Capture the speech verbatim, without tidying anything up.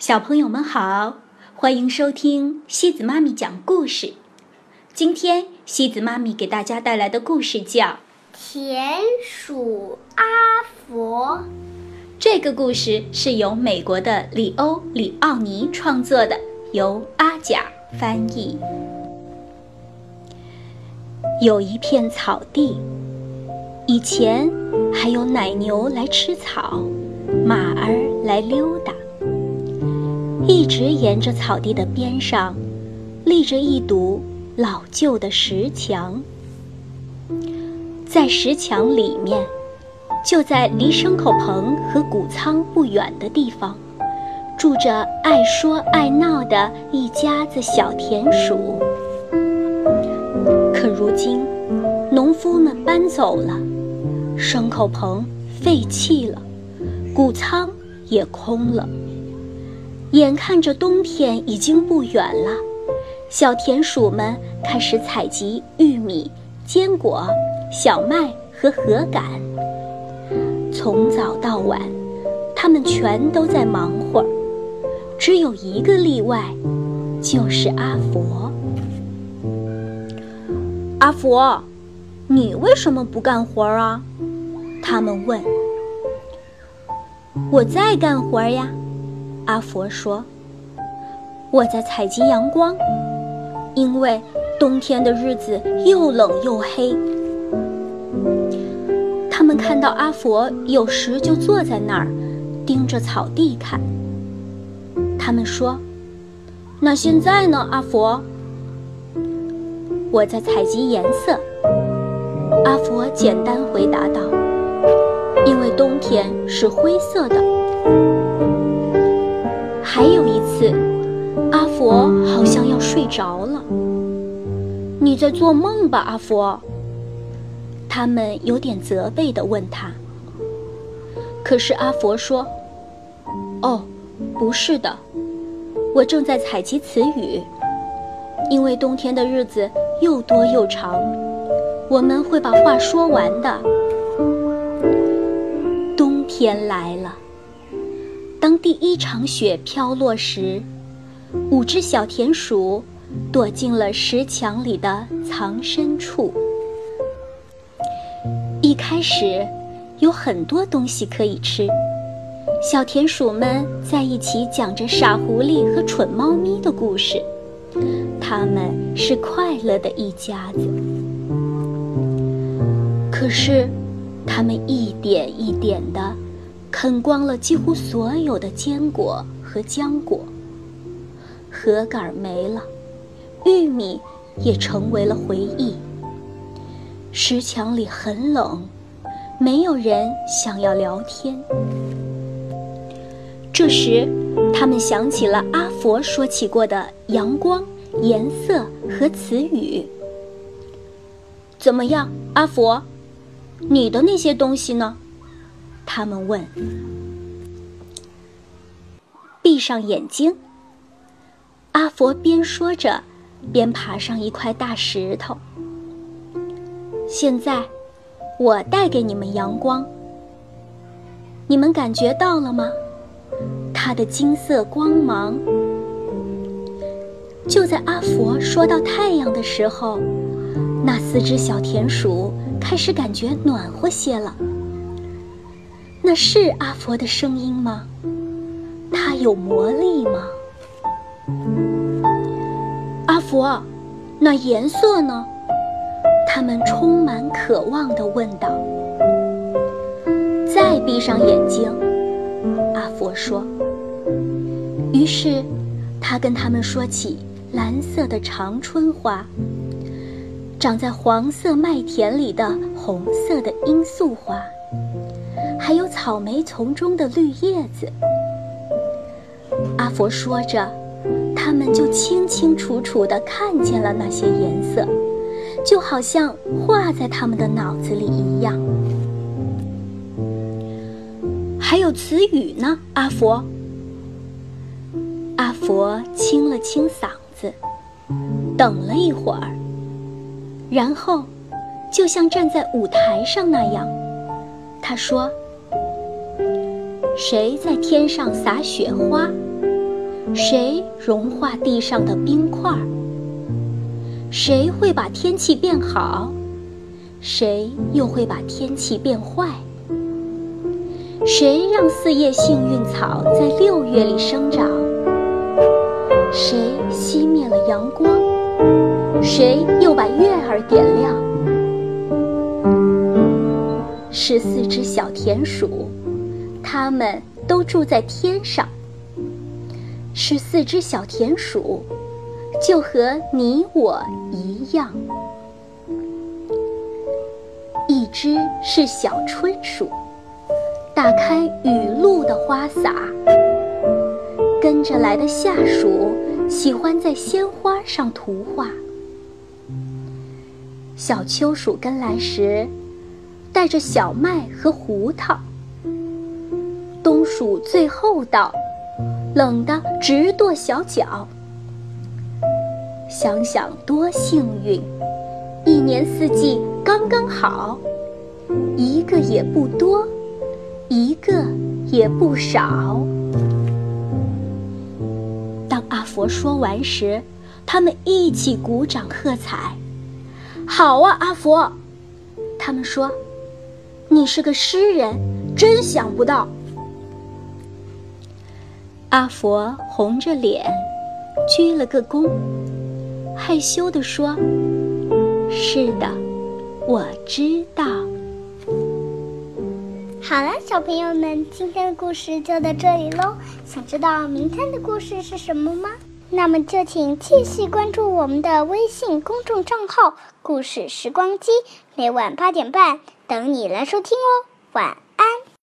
小朋友们好，欢迎收听西子妈咪讲故事。今天西子妈咪给大家带来的故事叫《 田鼠阿佛》。 这个故事是由美国的里欧·里奥尼创作的，由阿甲翻译。有一片草地，以前还有奶牛来吃草，马儿来溜达。一直沿着草地的边上，立着一堵老旧的石墙。在石墙里面，就在离牲口棚和谷仓不远的地方，住着爱说爱闹的一家子小田鼠。可如今，农夫们搬走了，牲口棚废弃了，谷仓也空了。眼看着冬天已经不远了，小田鼠们开始采集玉米、坚果、小麦和禾秆。从早到晚，它们全都在忙活儿，只有一个例外，就是阿佛。阿佛，你为什么不干活啊？他们问。我在干活呀。阿佛说，我在采集阳光，因为冬天的日子又冷又黑。他们看到阿佛有时就坐在那儿盯着草地看。他们说，那现在呢，阿佛？我在采集颜色。阿佛简单回答道，因为冬天是灰色的。还有一次，阿佛好像要睡着了。你在做梦吧，阿佛？他们有点责备地问他。可是阿佛说，哦，不是的，我正在采集词语。因为冬天的日子又多又长，我们会把话说完的。冬天来了。当第一场雪飘落时，五只小田鼠躲进了石墙里的藏身处。一开始有很多东西可以吃，小田鼠们在一起讲着傻狐狸和蠢猫咪的故事，它们是快乐的一家子。可是它们一点一点地啃光了几乎所有的坚果和浆果，禾秆没了，玉米也成为了回忆。石墙里很冷，没有人想要聊天。这时，他们想起了阿佛说起过的阳光、颜色和词语。怎么样，阿佛？你的那些东西呢？他们问。闭上眼睛。阿佛边说着，边爬上一块大石头。现在，我带给你们阳光。你们感觉到了吗？它的金色光芒。就在阿佛说到太阳的时候，那四只小田鼠开始感觉暖和些了。那是阿佛的声音吗？它有魔力吗？阿佛，那颜色呢？他们充满渴望地问道。再闭上眼睛，阿佛说。于是，他跟他们说起蓝色的长春花，长在黄色麦田里的红色的罂粟花，还有草莓丛中的绿叶子。阿佛说着，他们就清清楚楚地看见了那些颜色，就好像画在他们的脑子里一样。还有词语呢，阿佛。阿佛清了清嗓子，等了一会儿，然后就像站在舞台上那样，他说，谁在天上撒雪花？ 谁融化地上的冰块？谁会把天气变好？谁又会把天气变坏？谁让四叶幸运草在六月里生长？谁熄灭了阳光？谁又把月儿点亮？是四只小田鼠，它们都住在天上。是四只小田鼠，就和你我一样。一只是小春鼠，打开雨露的花洒。跟着来的夏鼠喜欢在鲜花上涂画。小秋鼠跟来时，带着小麦和胡桃。冬鼠最后到，冷得直跺小脚。想想多幸运，一年四季刚刚好，一个也不多，一个也不少。当阿佛说完时，他们一起鼓掌喝彩。好啊，阿佛！他们说，你是个诗人，真想不到。阿佛红着脸，鞠了个躬，害羞地说：“是的，我知道。” 好了，小朋友们，今天的故事就到这里喽。想知道明天的故事是什么吗？那么就请继续关注我们的微信公众账号“故事时光机”，每晚八点半等你来收听哦。晚安。